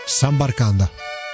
Sambarcanda.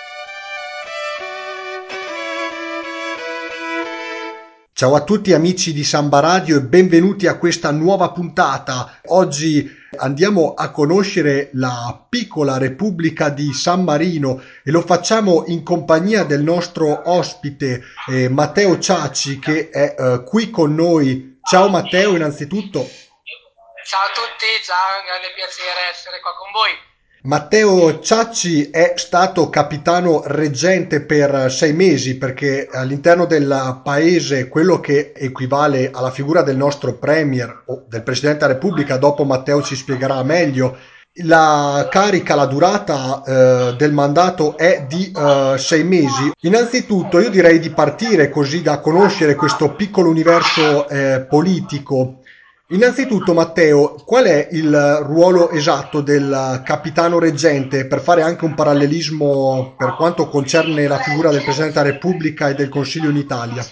Ciao a tutti amici di Samba Radio e benvenuti a questa nuova puntata. Oggi andiamo a conoscere la piccola Repubblica di San Marino e lo facciamo in compagnia del nostro ospite Matteo Ciacci che è qui con noi. Ciao Matteo, innanzitutto. Ciao a tutti, ciao, è un grande piacere essere qua con voi. Matteo Ciacci è stato capitano reggente per 6 mesi perché all'interno del paese quello che equivale alla figura del nostro premier o del Presidente della Repubblica, dopo Matteo ci spiegherà meglio, la carica, la durata del mandato è di 6 mesi. Innanzitutto io direi di partire così da conoscere questo piccolo universo politico. Innanzitutto, Matteo, qual è il ruolo esatto del capitano reggente per fare anche un parallelismo per quanto concerne la figura del Presidente della Repubblica e del Consiglio in Italia?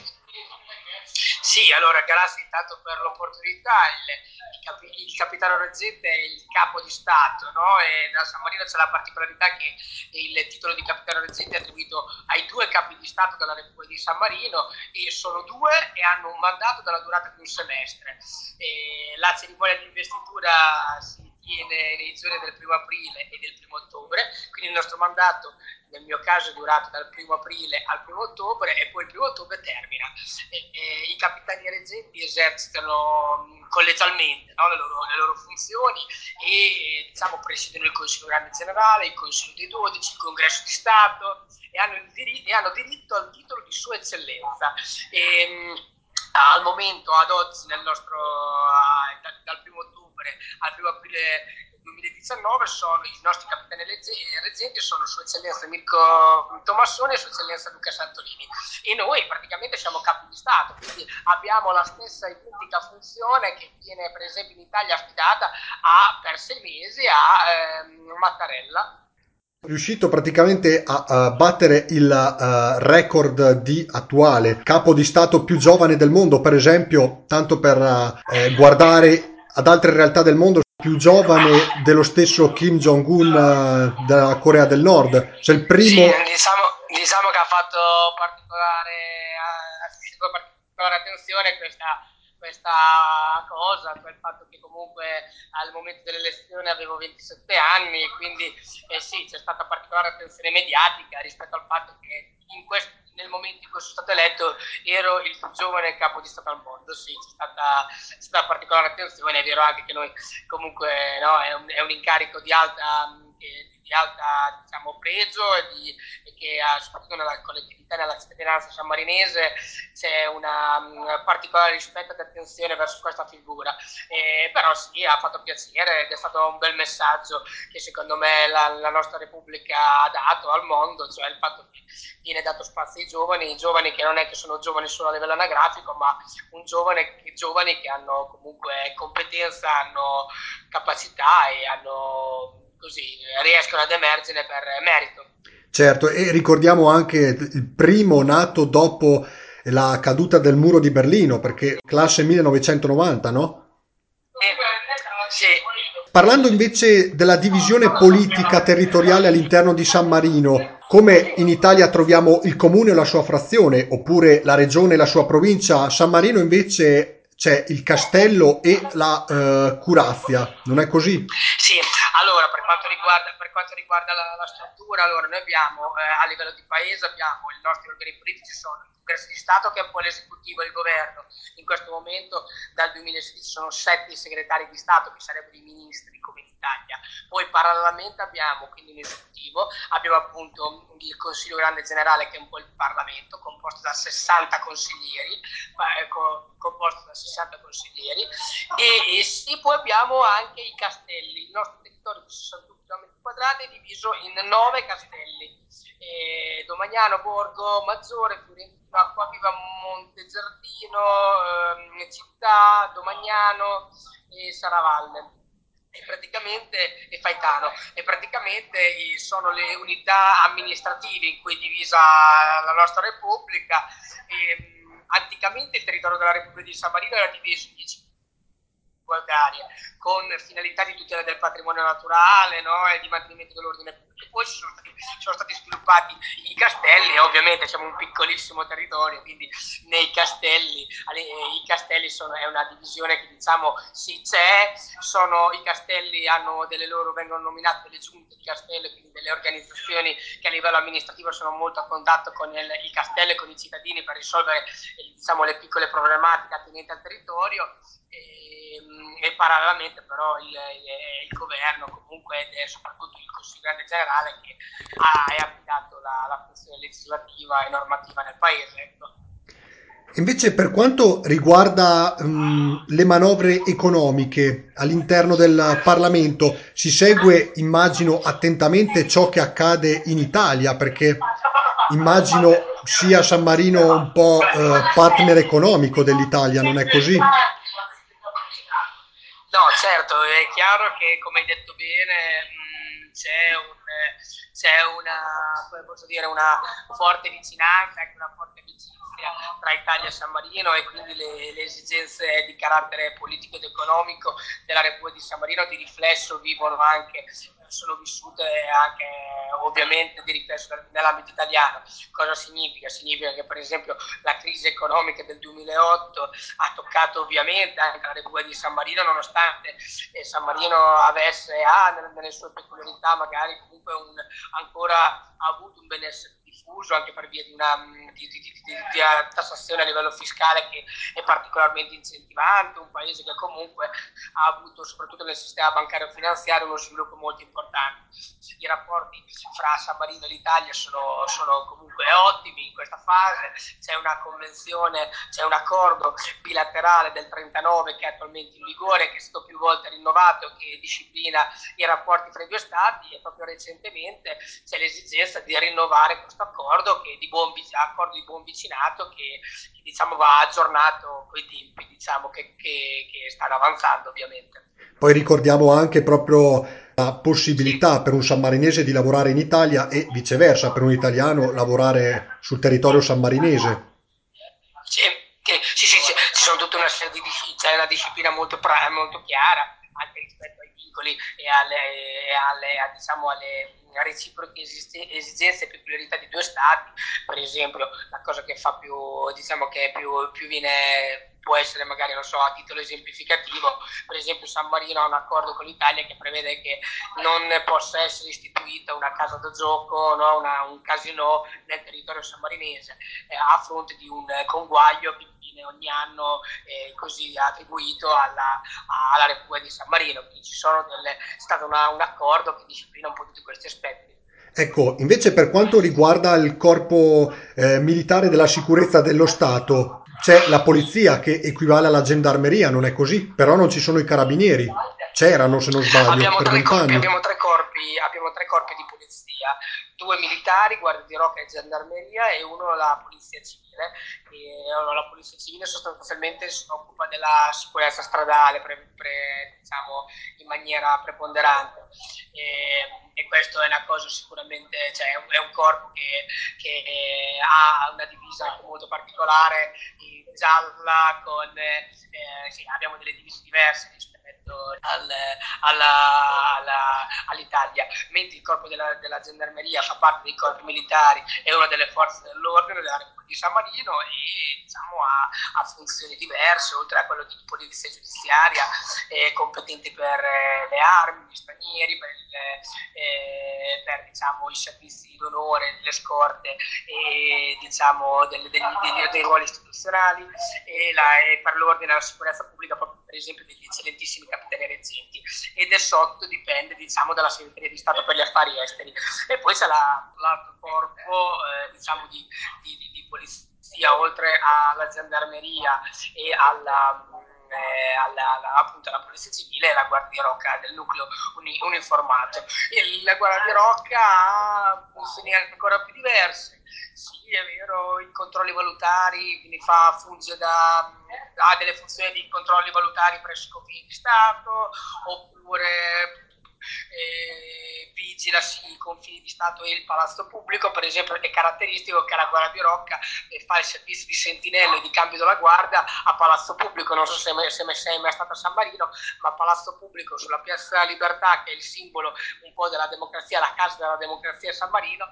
Sì, allora grazie intanto per l'opportunità. Il capitano reggente è il capo di Stato, no? E da San Marino c'è la particolarità che il titolo di capitano reggente è attribuito ai due capi di Stato della Repubblica di San Marino e sono due e hanno un mandato della durata di un semestre. La cerimonia di investitura si tiene nei giorni del 1° aprile e del 1° ottobre, quindi il nostro mandato nel mio caso è durato dal 1° aprile al 1° ottobre e poi il 1° ottobre termina. I capitani reggenti esercitano collegialmente, no, le loro funzioni e diciamo, presiedono il Consiglio Grande Generale, il Consiglio dei 12, il Congresso di Stato e hanno diritto al titolo di Sua Eccellenza. Al momento, ad oggi, dal 1° ottobre al 1° aprile 2019 sono i nostri capitani reggenti sono Sua Eccellenza Mirko Tommassoni e Sua Eccellenza Luca Santolini e noi praticamente siamo capi di Stato, quindi abbiamo la stessa identica funzione che viene per esempio in Italia affidata per 6 mesi a Mattarella. Riuscito praticamente a battere il record di attuale capo di Stato più giovane del mondo, per esempio, tanto per guardare ad altre realtà del mondo, più giovane dello stesso Kim Jong-un della Corea del Nord. Cioè il Sì, primo. diciamo che ha fatto ha suscitato particolare attenzione questa cosa, cioè il fatto che comunque al momento dell'elezione avevo 27 anni e quindi sì, c'è stata particolare attenzione mediatica rispetto al fatto che nel momento in cui sono stato eletto ero il più giovane capo di Stato al mondo, sì, c'è stata particolare attenzione, è vero anche che noi comunque no, è un incarico di alta diciamo, pregio e che soprattutto nella collettività e nella cittadinanza sammarinese c'è una particolare rispetto ed attenzione verso questa figura. Però sì, ha fatto piacere ed è stato un bel messaggio che secondo me la nostra Repubblica ha dato al mondo, cioè il fatto che viene dato spazio ai giovani, i giovani che non è che sono giovani solo a livello anagrafico, ma giovani che hanno comunque competenza, hanno capacità e riescono ad emergere per merito. Certo, e ricordiamo anche il primo nato dopo la caduta del muro di Berlino, perché classe 1990, no? Sì. Parlando invece della divisione politica territoriale all'interno di San Marino, come in Italia troviamo il comune e la sua frazione, oppure la regione e la sua provincia, a San Marino invece c'è il castello e la curazia, non è così? Sì, allora per quanto riguarda la struttura, allora noi abbiamo a livello di paese abbiamo i nostri organi politici sono il Congresso di Stato che è un po' l'esecutivo e il governo, in questo momento dal 2016 sono 7 segretari di Stato che sarebbero i ministri come in Italia, poi parallelamente abbiamo quindi un esecutivo, abbiamo appunto il Consiglio Grande Generale che è un po' il Parlamento composto da 60 consiglieri, composto da 60 consiglieri e sì, poi abbiamo anche i castelli, il nostro territorio di 61 km² è diviso in 9 castelli, Domagnano, Borgo, Maggiore, Fiorentino, Acquaviva, Montegiardino, Città, Domagnano e Saravalle. E Faetano e praticamente sono le unità amministrative in cui è divisa la nostra Repubblica. Anticamente il territorio della Repubblica di San Marino era diviso in 10 subaltarie, con finalità di tutela del patrimonio naturale, no? E di mantenimento dell'ordine pubblico. Poi sono stati sviluppati i castelli, e ovviamente siamo un piccolissimo territorio, quindi nei castelli, i castelli è una divisione che diciamo sì c'è, i castelli hanno vengono nominate delle giunte di castello, quindi delle organizzazioni che a livello amministrativo sono molto a contatto con il castello e con i cittadini per risolvere diciamo, le piccole problematiche attinenti al territorio. E parallelamente però il governo comunque ed è soprattutto il Consiglio Grande Generale che è affidato la funzione legislativa e normativa nel paese. Ecco. Invece, per quanto riguarda le manovre economiche all'interno del Parlamento, si segue, immagino, attentamente ciò che accade in Italia, perché immagino sia San Marino un po' partner economico dell'Italia, non è così? No, certo, è chiaro che come hai detto bene c'è una, come posso dire, una forte vicinanza, anche una forte amicizia tra Italia e San Marino e quindi le esigenze di carattere politico ed economico della Repubblica di San Marino di riflesso vivono anche, sono vissute anche ovviamente di riflesso nell'ambito italiano. Cosa significa? Significa che per esempio la crisi economica del 2008 ha toccato ovviamente anche la Repubblica di San Marino, nonostante San Marino nelle sue peculiarità magari comunque ancora ha avuto un benessere diffuso anche per via di una di tassazione a livello fiscale che è particolarmente incentivante, un paese che comunque ha avuto soprattutto nel sistema bancario e finanziario uno sviluppo molto importante. I rapporti fra San Marino e l'Italia sono comunque ottimi in questa fase, c'è una convenzione, c'è un accordo bilaterale del 39 che è attualmente in vigore, che è stato più volte rinnovato, che disciplina i rapporti fra i due stati e proprio recentemente c'è l'esigenza di rinnovare questo accordo accordo di buon vicinato che diciamo va aggiornato coi tempi diciamo, che stanno avanzando ovviamente. Poi ricordiamo anche proprio la Sì. possibilità per un sammarinese di lavorare in Italia e viceversa per un italiano lavorare sul territorio sammarinese. Sì, sì, ci sono tutta una serie c'è una disciplina molto chiara anche rispetto ai vincoli e diciamo, alle reciproche esigenze e peculiarità di due stati. Per esempio, la cosa che fa più, diciamo che più viene, può essere magari, non so, a titolo esemplificativo, per esempio San Marino ha un accordo con l'Italia che prevede che non possa essere istituita una casa da gioco, no? Un casino nel territorio sammarinese a fronte di un conguaglio che viene ogni anno così attribuito alla Repubblica di San Marino. Quindi è stato un accordo che disciplina un po' tutti questi aspetti. Ecco, invece per quanto riguarda il corpo militare della sicurezza dello Stato, c'è la polizia che equivale alla gendarmeria, non è così? Però non ci sono i carabinieri. C'erano, se non sbaglio, per 20 anni. Abbiamo tre corpi di polizia, due militari, guardia di roca e gendarmeria e uno la polizia civile. La polizia civile sostanzialmente si occupa della sicurezza stradale diciamo, in maniera preponderante. E questo è una cosa sicuramente, cioè è un corpo che ha una divisa anche molto particolare, gialla, sì, abbiamo delle divise diverse rispetto all'Italia, mentre il corpo della gendarmeria fa parte dei corpi militari, è una delle forze dell'ordine della Repubblica di San Marino e diciamo, ha funzioni diverse, oltre a quello di polizia giudiziaria, competenti per le armi, gli stranieri, per diciamo, i servizi d'onore, le scorte e diciamo, dei ruoli istituzionali e per l'ordine e la sicurezza pubblica proprio per esempio degli eccellentissimi capitani reggenti ed è sotto dipende diciamo dalla segreteria di Stato per gli affari esteri e poi c'è l'altro corpo diciamo di polizia oltre alla gendarmeria e appunto alla polizia civile e la guardia roca del nucleo uniformato e la guardia roca ha funzioni ancora più diverse. Sì, è vero, i controlli valutari, quindi ha delle funzioni di controlli valutari presso i confini di Stato, oppure vigila i confini di Stato e il palazzo pubblico. Per esempio è caratteristico che la Guardia di Rocca fa il servizio di sentinelle di cambio della guardia a palazzo pubblico. Non so se sei mai stato a San Marino, ma a palazzo pubblico sulla Piazza della Libertà, che è il simbolo un po' della democrazia, la casa della democrazia a San Marino,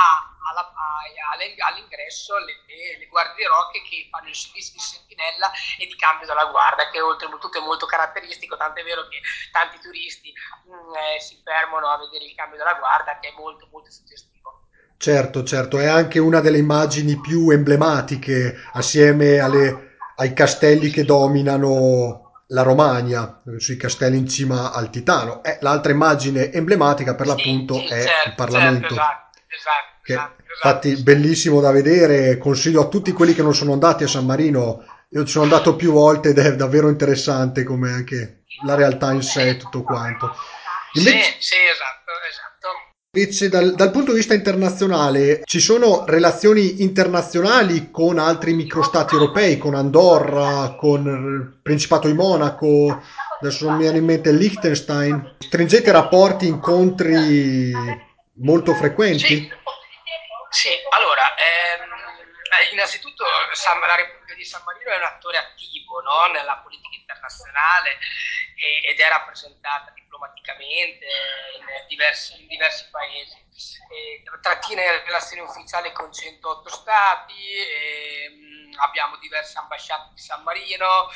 all'ingresso le guardie di Rocche che fanno il servizio di sentinella e di cambio della guardia, che oltretutto è molto caratteristico, tant'è vero che tanti turisti si fermano a vedere il cambio della guardia, che è molto molto suggestivo. Certo, certo, è anche una delle immagini più emblematiche assieme ai castelli che dominano la Romagna, sui castelli in cima al Titano. L'altra immagine emblematica per Sì, l'appunto sì, è il certo, Parlamento, esatto, infatti sì. bellissimo da vedere, consiglio a tutti quelli che non sono andati a San Marino, io ci sono andato più volte ed è davvero interessante come anche la realtà in sé Sì, e tutto quanto. sì, Invece, sì, esatto. Invece dal punto di vista internazionale, ci sono relazioni internazionali con altri microstati europei, con Andorra, con il Principato di Monaco, adesso non mi viene in mente Liechtenstein. Stringete rapporti, incontri molto Sì, frequenti? sì, allora, innanzitutto la Repubblica di San Marino è un attore attivo, no, nella politica internazionale ed è rappresentata diplomaticamente in diversi paesi. Trattiene relazioni ufficiali con 108 stati, abbiamo diverse ambasciate di San Marino,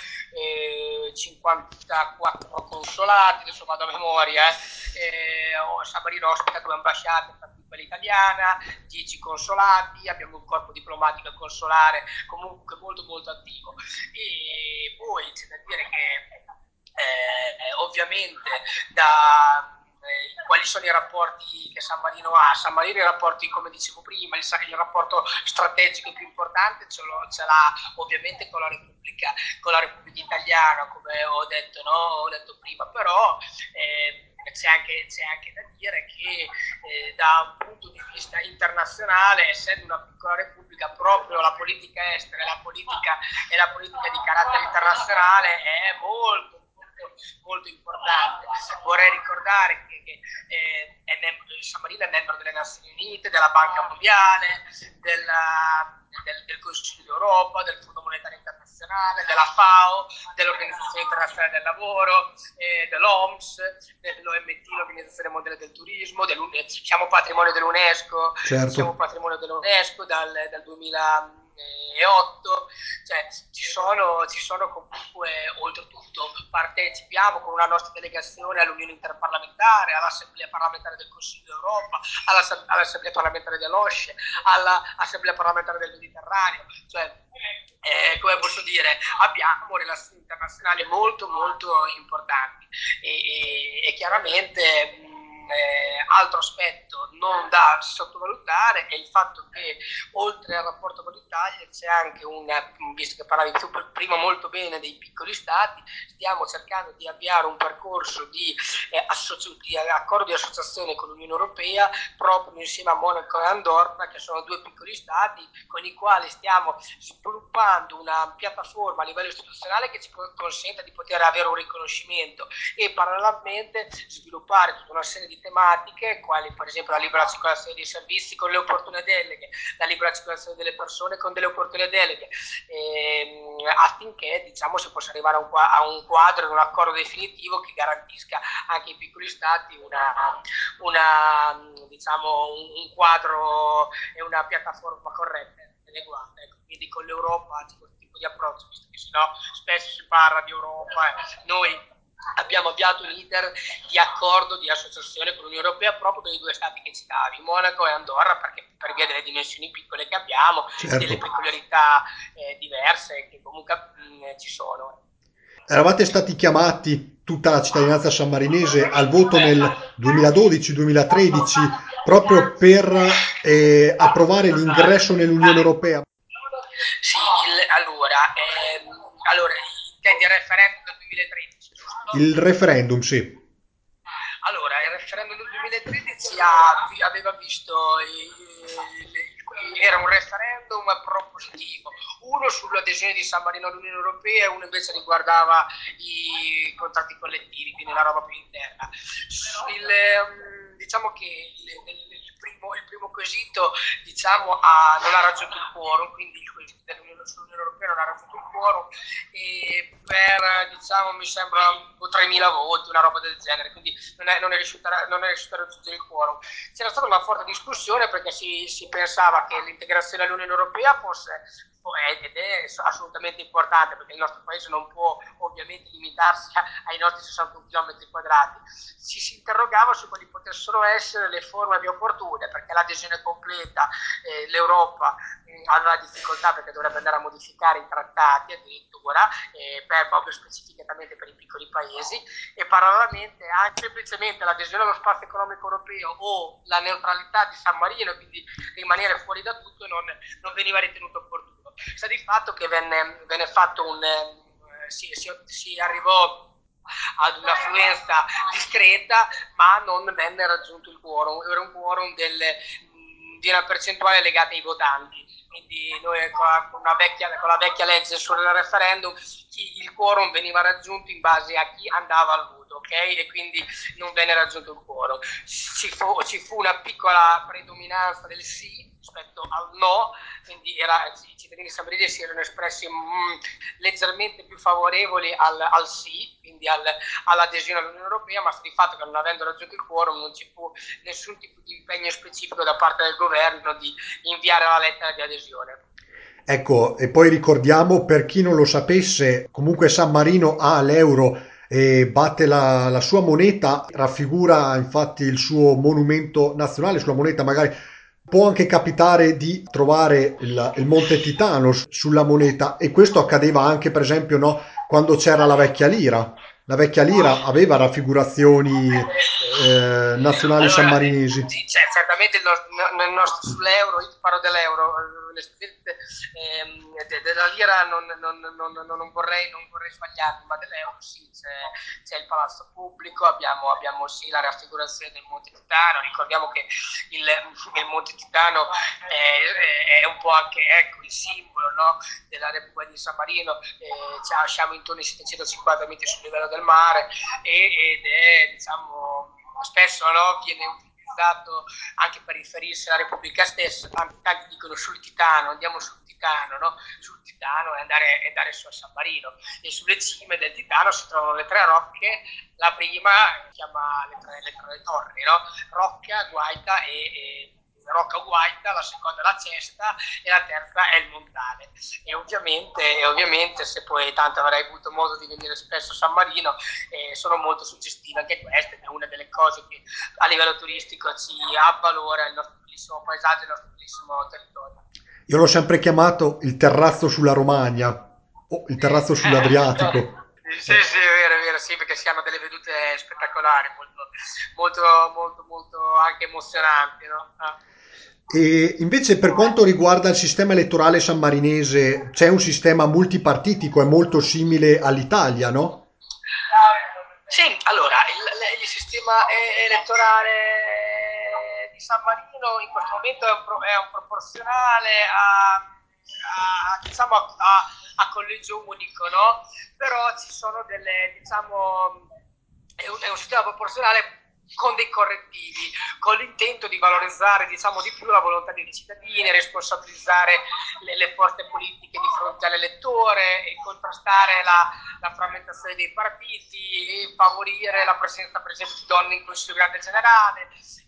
54 consolati, adesso vado a memoria. San Marino ospita 2 ambasciate, tra cui quella italiana, 10 consolati, abbiamo un corpo diplomatico e consolare comunque molto molto attivo. E poi c'è da dire che ovviamente quali sono i rapporti che San Marino ha? San Marino i rapporti, come dicevo prima, il rapporto strategico più importante ce l'ha ovviamente con la Repubblica Italiana, come ho detto, no? Ho detto prima, però c'è anche da dire che da un punto di vista internazionale, essendo una piccola repubblica, proprio la politica estera e la politica di carattere internazionale è molto molto importante. Vorrei ricordare che San Marino è membro delle Nazioni Unite, della Banca Mondiale, del Consiglio d'Europa, del Fondo Monetario Internazionale, della FAO, dell'Organizzazione Internazionale del Lavoro, dell'OMS, dell'OMT, l'Organizzazione Mondiale del Turismo, siamo patrimonio dell'UNESCO, Certo. dal 2008, cioè ci sono comunque, oltretutto partecipiamo con una nostra delegazione all'Unione Interparlamentare, all'Assemblea Parlamentare del Consiglio d'Europa, all'Assemblea Parlamentare dell'OSCE, all'Assemblea Parlamentare del Mediterraneo, cioè come posso dire, abbiamo relazioni internazionali molto molto importanti e chiaramente altro aspetto non da sottovalutare è il fatto che oltre al rapporto con l'Italia c'è anche visto che parlavi tu prima molto bene dei piccoli stati, stiamo cercando di avviare un percorso di accordo di associazione con l'Unione Europea proprio insieme a Monaco e Andorra, che sono 2 piccoli stati con i quali stiamo sviluppando una piattaforma a livello istituzionale che ci consenta di poter avere un riconoscimento e parallelamente sviluppare tutta una serie di tematiche quali per esempio la libera circolazione dei servizi con le opportune deleghe, la libera circolazione delle persone con delle opportune deleghe, affinché diciamo si possa arrivare a un quadro, ad un accordo definitivo che garantisca anche ai piccoli stati diciamo, un quadro e una piattaforma corretta e adeguata. Ecco, quindi con l'Europa c'è questo tipo di approccio, visto che sennò spesso si parla di Europa. Noi abbiamo avviato un iter di accordo di associazione con l'Unione Europea proprio per i 2 stati che citavi, Monaco e Andorra, perché per via delle dimensioni piccole che abbiamo, delle Certo. peculiarità diverse che comunque ci sono. Eravate stati chiamati, tutta la cittadinanza sammarinese, al voto nel 2012-2013 proprio per approvare l'ingresso nell'Unione Europea. Sì, allora intendi il referendum del 2013, giusto? Il referendum, sì. Allora, il referendum del 2013 aveva visto, era un referendum propositivo, uno sull'adesione di San Marino all'Unione Europea e uno invece riguardava i contratti collettivi, quindi una roba più interna. diciamo che il primo quesito, diciamo, non ha raggiunto il quorum, quindi il quesito sull'Unione Europea non ha raggiunto il quorum, e per, diciamo, mi sembra 3.000 voti, una roba del genere, quindi non è riuscita a raggiungere il quorum. C'era stata una forte discussione perché si pensava che l'integrazione all'Unione Europea fosse, ed è assolutamente importante, perché il nostro paese non può ovviamente limitarsi ai nostri 61 km quadrati. Si interrogava su quali potessero essere le forme più opportune, perché l'adesione completa, l'Europa aveva difficoltà perché dovrebbe andare a modificare i trattati addirittura, proprio specificatamente per i piccoli paesi, e parallelamente anche semplicemente l'adesione allo spazio economico europeo o la neutralità di San Marino, quindi rimanere fuori da tutto, non veniva ritenuto opportuno. Sta di fatto che venne fatto si arrivò ad un'affluenza discreta, ma non venne raggiunto il quorum. Era un quorum di una percentuale legata ai votanti. Quindi noi con la vecchia legge sul referendum il quorum veniva raggiunto in base a chi andava al voto, ok? E quindi non venne raggiunto il quorum. Ci fu una piccola predominanza del sì rispetto al no, quindi i cittadini sambridi si erano espressi leggermente più favorevoli al sì, quindi all'adesione all'Unione Europea, ma di fatto che non avendo raggiunto il quorum non ci fu nessun tipo di impegno specifico da parte del governo di inviare la lettera di adesione. Ecco, e poi ricordiamo per chi non lo sapesse, comunque San Marino ha l'euro e batte la sua moneta, raffigura infatti il suo monumento nazionale sulla moneta, magari può anche capitare di trovare il Monte Titano sulla moneta e questo accadeva anche per esempio no, quando c'era la vecchia lira. La vecchia lira aveva raffigurazioni nazionali Allora, sammarinesi. sì, certamente sull'euro, io ti parlo dell'euro, onestamente, della lira non vorrei sbagliarmi, ma dell'euro sì, c'è il palazzo pubblico, abbiamo sì la raffigurazione del Monte Titano. Ricordiamo che il Monte Titano è un po' anche, ecco, il simbolo, no, della Repubblica di San Marino. Siamo intorno ai 750 metri sul livello del mare, ed è, diciamo, spesso, no, viene utilizzato anche per riferirsi alla Repubblica stessa. Tanti dicono sul Titano, andiamo sul Titano, no? Sul Titano, e andare su a San Marino, e sulle cime del Titano si trovano le tre rocche. La prima si chiama le torri, no? Rocca, Guaita e Rocca Guaita, la seconda è la Cesta e la terza è il Montale. E ovviamente, se poi tanto avrai avuto modo di venire spesso a San Marino, sono molto suggestive anche queste, è una delle cose che a livello turistico ci avvalora il nostro bellissimo paesaggio, il nostro bellissimo territorio. Io l'ho sempre chiamato il terrazzo sulla Romagna o il terrazzo sull'Adriatico. Sì, sì, è vero, sì, perché si hanno delle vedute spettacolari, molto, molto, molto, molto anche emozionanti, no? Ah. E invece per quanto riguarda il sistema elettorale sammarinese, c'è un sistema multipartitico, è molto simile all'Italia, no? Sì, allora, il sistema elettorale di San Marino in questo momento è un proporzionale diciamo, a collegio unico, no? Però ci sono delle, diciamo, è un sistema proporzionale con dei correttivi, con l'intento di valorizzare, diciamo, di più la volontà dei cittadini, responsabilizzare le forze politiche di fronte all'elettore e contrastare la frammentazione dei partiti, e favorire la presenza, per esempio, di donne in Consiglio Grande Generale,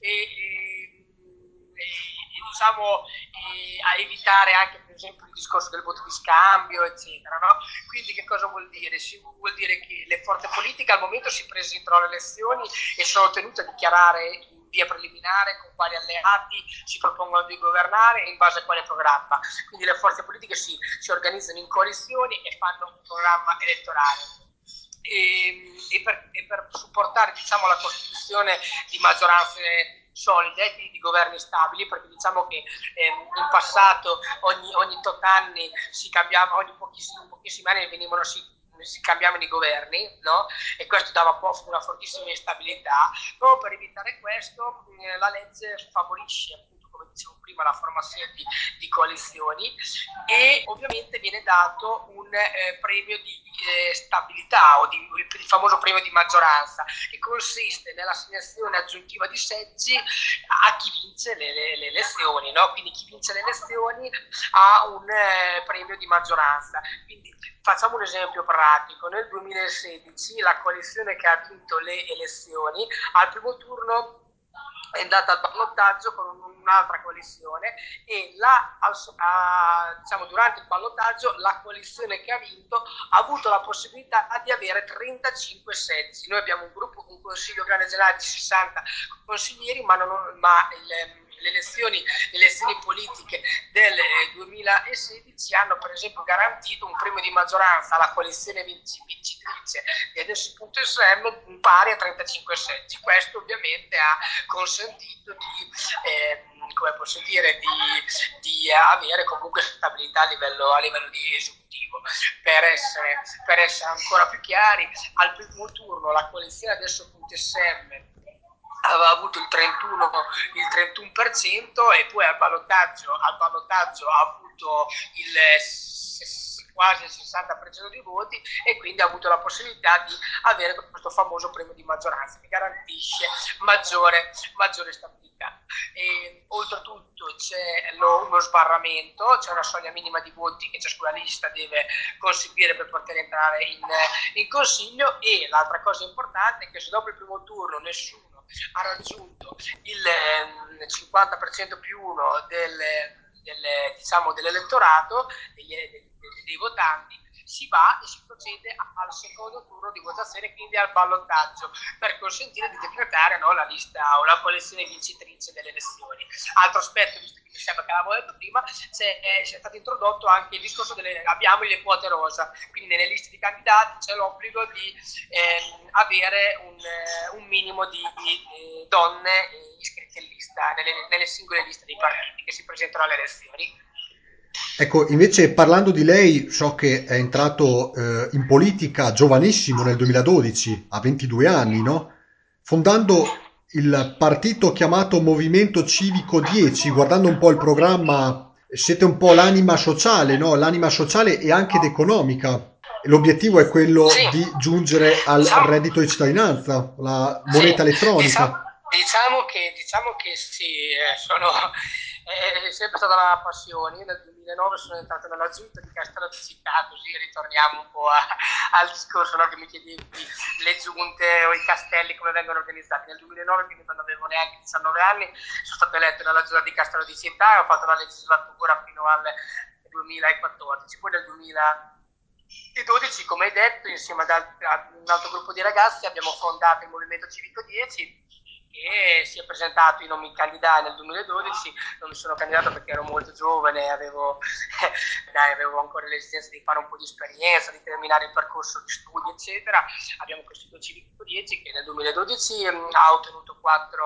diciamo, a evitare anche, per esempio, il discorso del voto di scambio, eccetera, no? Quindi che cosa vuol dire? Vuol dire che le forze politiche al momento si presentano alle elezioni e sono tenute a dichiarare in via preliminare con quali alleati si propongono di governare e in base a quale programma. Quindi le forze politiche si organizzano in coalizioni e fanno un programma elettorale. E per supportare, diciamo, la costituzione di maggioranze solide, di governi stabili, perché diciamo che in passato ogni tot anni si cambiava, ogni pochissimi anni si cambiavano i governi, no? E questo dava una fortissima instabilità. Proprio per evitare questo, la legge favorisce, appunto, come dicevo prima, la formazione di coalizioni, e ovviamente viene dato un premio di stabilità o il famoso premio di maggioranza, che consiste nell'assegnazione aggiuntiva di seggi a chi vince le elezioni, no? Quindi chi vince le elezioni ha un premio di maggioranza. Quindi facciamo un esempio pratico: nel 2016 la coalizione che ha vinto le elezioni al primo turno è andata al ballottaggio con un'altra coalizione, e diciamo, durante il ballottaggio la coalizione che ha vinto ha avuto la possibilità di avere 35 seggi. Noi abbiamo un consiglio grande generale di 60 consiglieri, le elezioni politiche del 2016 hanno per esempio garantito un premio di maggioranza alla coalizione vincitrice di Adesso.sm pari a 35 seggi. Questo ovviamente ha consentito come posso dire, di avere comunque stabilità a livello di esecutivo. Per essere ancora più chiari, al primo turno la coalizione Adesso.sm aveva avuto il 31%, e poi al ballottaggio ha avuto quasi il 60% di voti, e quindi ha avuto la possibilità di avere questo famoso premio di maggioranza che garantisce maggiore stabilità. E, oltretutto c'è uno sbarramento, c'è una soglia minima di voti che ciascuna lista deve conseguire per poter entrare in consiglio. E l'altra cosa importante è che se dopo il primo turno nessuno ha raggiunto il 50% più 1 diciamo, dell'elettorato, dei votanti, si va e si procede al secondo turno di votazione, quindi al ballottaggio, per consentire di decretare, no, la lista o la coalizione vincitrice delle elezioni. Altro aspetto, visto che mi sembra che l'avevo detto prima, c'è stato introdotto anche il discorso abbiamo le quote rosa, quindi nelle liste di candidati c'è l'obbligo di avere un minimo di donne iscritte in lista nelle singole liste dei partiti che si presentano alle elezioni. Ecco, invece parlando di lei, so che è entrato in politica giovanissimo nel 2012, a 22 anni, no? Fondando il partito chiamato Movimento Civico 10, guardando un po' il programma, siete un po' l'anima sociale, no? L'anima sociale e anche ed economica. L'obiettivo è quello Sì, di giungere al diciamo, reddito di cittadinanza, la sì, moneta elettronica. diciamo che sì, è sempre stata la passione. Io nel 2009 sono entrato nella giunta di Castello di Città, così ritorniamo un po' al discorso, no, che mi chiedevi, le giunte o i castelli come vengono organizzati. Nel 2009, quindi quando avevo neanche 19 anni, sono stato eletto nella giunta di Castello di Città e ho fatto la legislatura fino al 2014. Poi nel 2012, come hai detto, insieme ad un altro gruppo di ragazzi abbiamo fondato il Movimento Civico 10, che si è presentato. Io non mi candidai nel 2012, non mi sono candidato perché ero molto giovane, avevo ancora l'esigenza di fare un po' di esperienza, di terminare il percorso di studi, eccetera. Abbiamo costituito Civico 10, che nel 2012 ha ottenuto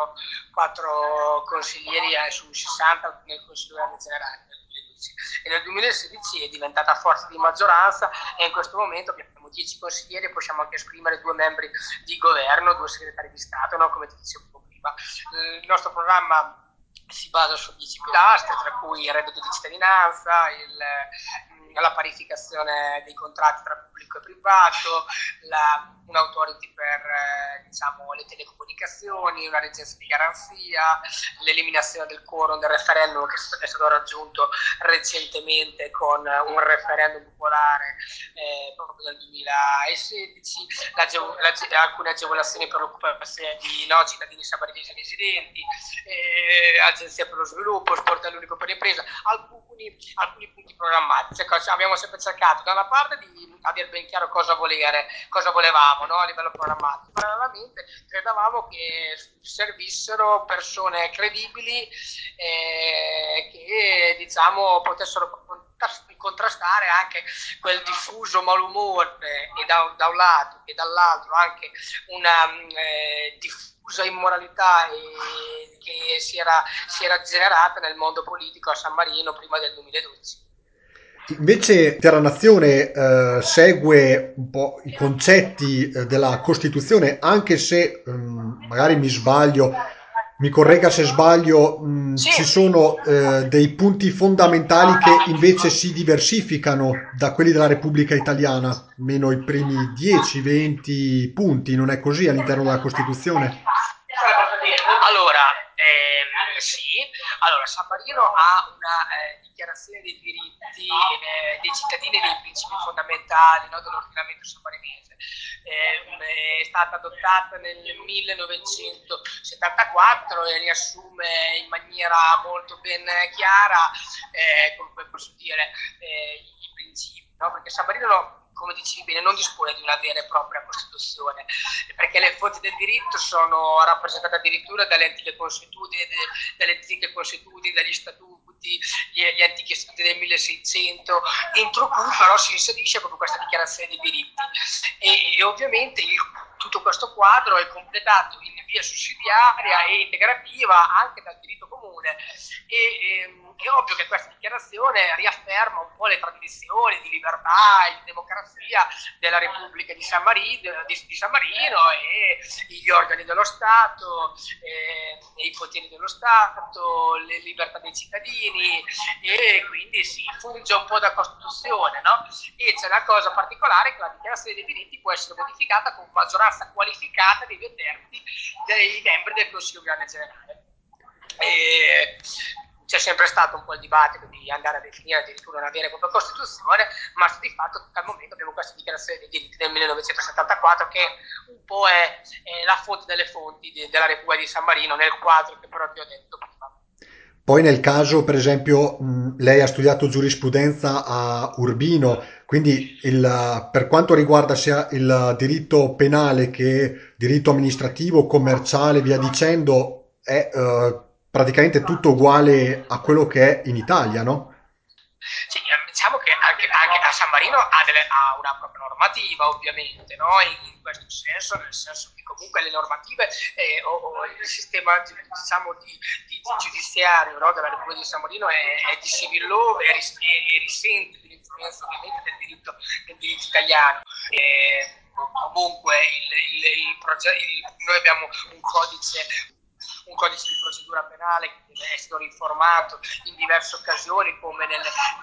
4 consiglieri su 60 nel Consiglio generale. E nel 2016 è diventata forza di maggioranza, e in questo momento abbiamo 10 consiglieri e possiamo anche esprimere 2 membri di governo, 2 segretari di Stato, no? Come ti dicevo prima. Il nostro programma si basa su 10 pilastri, tra cui il reddito di cittadinanza, la parificazione dei contratti tra pubblico e privato, un'autority per diciamo, le telecomunicazioni, una regenza di garanzia, l'eliminazione del quorum del referendum, che è stato raggiunto recentemente con un referendum popolare proprio nel 2016, alcune agevolazioni per l'occupazione di cittadini sabaritesi residenti, agenzia per lo sviluppo, sportello unico per l'impresa, alcuni punti programmatici. Ecco, abbiamo sempre cercato da una parte di avere ben chiaro cosa volevamo, no, a livello programmatico. Parallelamente credevamo che servissero persone credibili che diciamo potessero contrastare anche quel diffuso malumore, e da un lato, e dall'altro anche una diffusa immoralità che si era generata nel mondo politico a San Marino prima del 2012. Invece Terra Nazione segue un po' i concetti della Costituzione, anche se magari mi sbaglio, mi corregga se sbaglio, Sì, ci sono dei punti fondamentali che invece si diversificano da quelli della Repubblica Italiana, meno i primi 10-20 punti, non è così all'interno della Costituzione? allora, sì, allora San Marino ha una dichiarazione dei diritti dei cittadini e dei principi fondamentali, no, dell'ordinamento sammarinese. È stata adottata nel 1974 e riassume in maniera molto ben chiara, come posso dire, i principi, no? Perché San Marino, come dicevi bene, non dispone di una vera e propria Costituzione, perché le fonti del diritto sono rappresentate addirittura dalle antiche consuetudini, dagli statuti, gli antichi statuti del 1600, entro cui però si inserisce proprio questa dichiarazione dei diritti. E ovviamente tutto questo quadro è completato in via sussidiaria e integrativa anche dal diritto comune. È ovvio che questa dichiarazione riafferma un po' le tradizioni di libertà e di democrazia della Repubblica di San Marino e gli organi dello Stato, i poteri dello Stato, le libertà dei cittadini, e quindi si funge un po' da Costituzione, no? E c'è una cosa particolare, che la dichiarazione dei diritti può essere modificata con maggioranza qualificata dei 2 terzi dei membri del Consiglio Grande Generale. E c'è sempre stato un po' il dibattito di andare a definire addirittura una vera e propria Costituzione, ma di fatto al momento abbiamo questa dichiarazione dei diritti del 1974 che un po' è la fonte delle fonti della Repubblica di San Marino, nel quadro che però ti ho detto prima. Poi nel caso, per esempio, lei ha studiato giurisprudenza a Urbino, quindi per quanto riguarda sia il diritto penale che diritto amministrativo, commerciale, via dicendo, è praticamente tutto uguale a quello che è in Italia, no? Sì, diciamo che anche a San Marino ha una propria normativa, ovviamente, no? In questo senso, nel senso che comunque le normative o il sistema diciamo, di giudiziario, no, della Repubblica di San Marino è di civil law e risente dell'influenza ovviamente del diritto italiano. Comunque noi abbiamo un codice di procedura penale che è stato riformato in diverse occasioni, come nel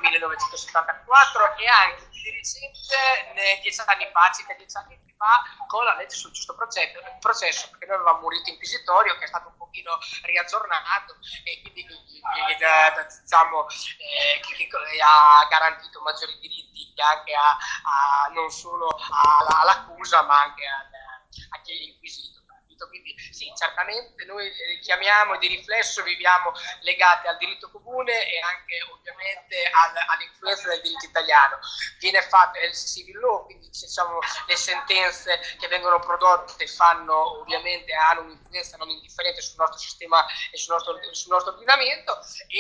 1974 e anche di recente, 10 anni fa, circa 10 anni fa, con la legge sul giusto processo, perché noi avevamo un rito inquisitorio che è stato un pochino riaggiornato e quindi diciamo, che ha garantito maggiori diritti anche non solo all'accusa ma anche a chi è inquisito. Quindi sì, certamente noi richiamiamo di riflesso, viviamo legati al diritto comune e anche ovviamente all'influenza del diritto italiano. Viene fatto il civil law, quindi diciamo, le sentenze che vengono prodotte hanno un'influenza non indifferente sul nostro sistema e sul nostro ordinamento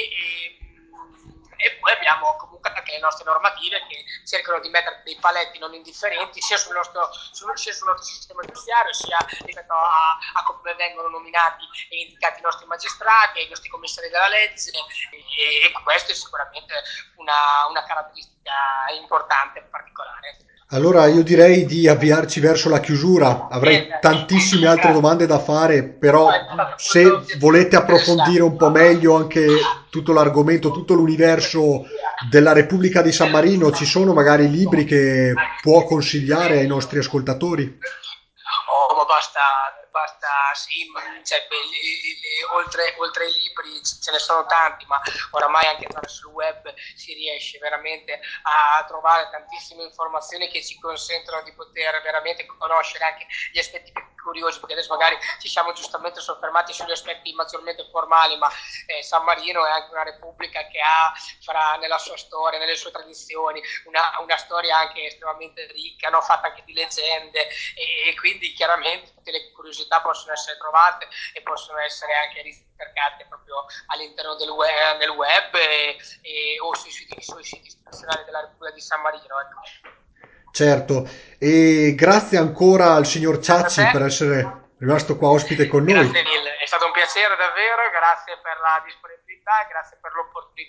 e poi abbiamo comunque anche le nostre normative che cercano di mettere dei paletti non indifferenti sia sia sul nostro sistema giudiziario sia rispetto a come vengono nominati e indicati i nostri magistrati, i nostri commissari della legge e questo è sicuramente una caratteristica importante e particolare. Allora io direi di avviarci verso la chiusura. Avrei Bene, tantissime altre grazie. domande da fare, No, è però stato molto se piacevole, volete approfondire interessante. un po' meglio anche tutto l'argomento, tutto l'universo della Repubblica di San Marino, ci sono magari libri che può consigliare ai nostri ascoltatori? Oh, ma basta, sì, cioè, oltre ai libri ce ne sono tanti, ma oramai anche attraverso il web si riesce veramente a trovare tantissime informazioni che ci consentono di poter veramente conoscere anche gli aspetti più curiosi, perché adesso magari ci siamo giustamente soffermati sugli aspetti maggiormente formali, ma San Marino è anche una repubblica che ha nella sua storia, nelle sue tradizioni, una storia anche estremamente ricca, no? Fatta anche di leggende e quindi chiaramente tutte le curiosità possono essere trovate e possono essere anche ricercate proprio all'interno del web o sui siti istituzionali della Repubblica di San Marino. Ecco. Certo, e grazie ancora al signor Grazie a Ciacci per te. essere rimasto qua ospite con noi. Grazie mille, è stato un piacere davvero, grazie per la disponibilità e grazie per l'opportunità di poter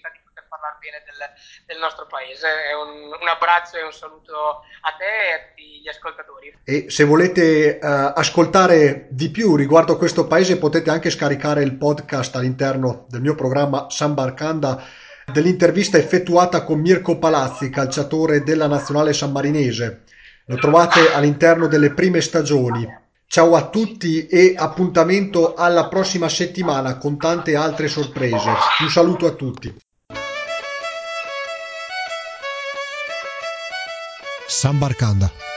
parlare bene del nostro paese. Un abbraccio e un saluto a te e a tutti gli ascoltatori. E se volete ascoltare di più riguardo questo paese potete anche scaricare il podcast all'interno del mio programma Sambarcanda dell'intervista effettuata con Mirko Palazzi, calciatore della nazionale sammarinese. Lo trovate all'interno delle prime stagioni. Ciao a tutti e appuntamento alla prossima settimana con tante altre sorprese. Un saluto a tutti. Sambarcanda.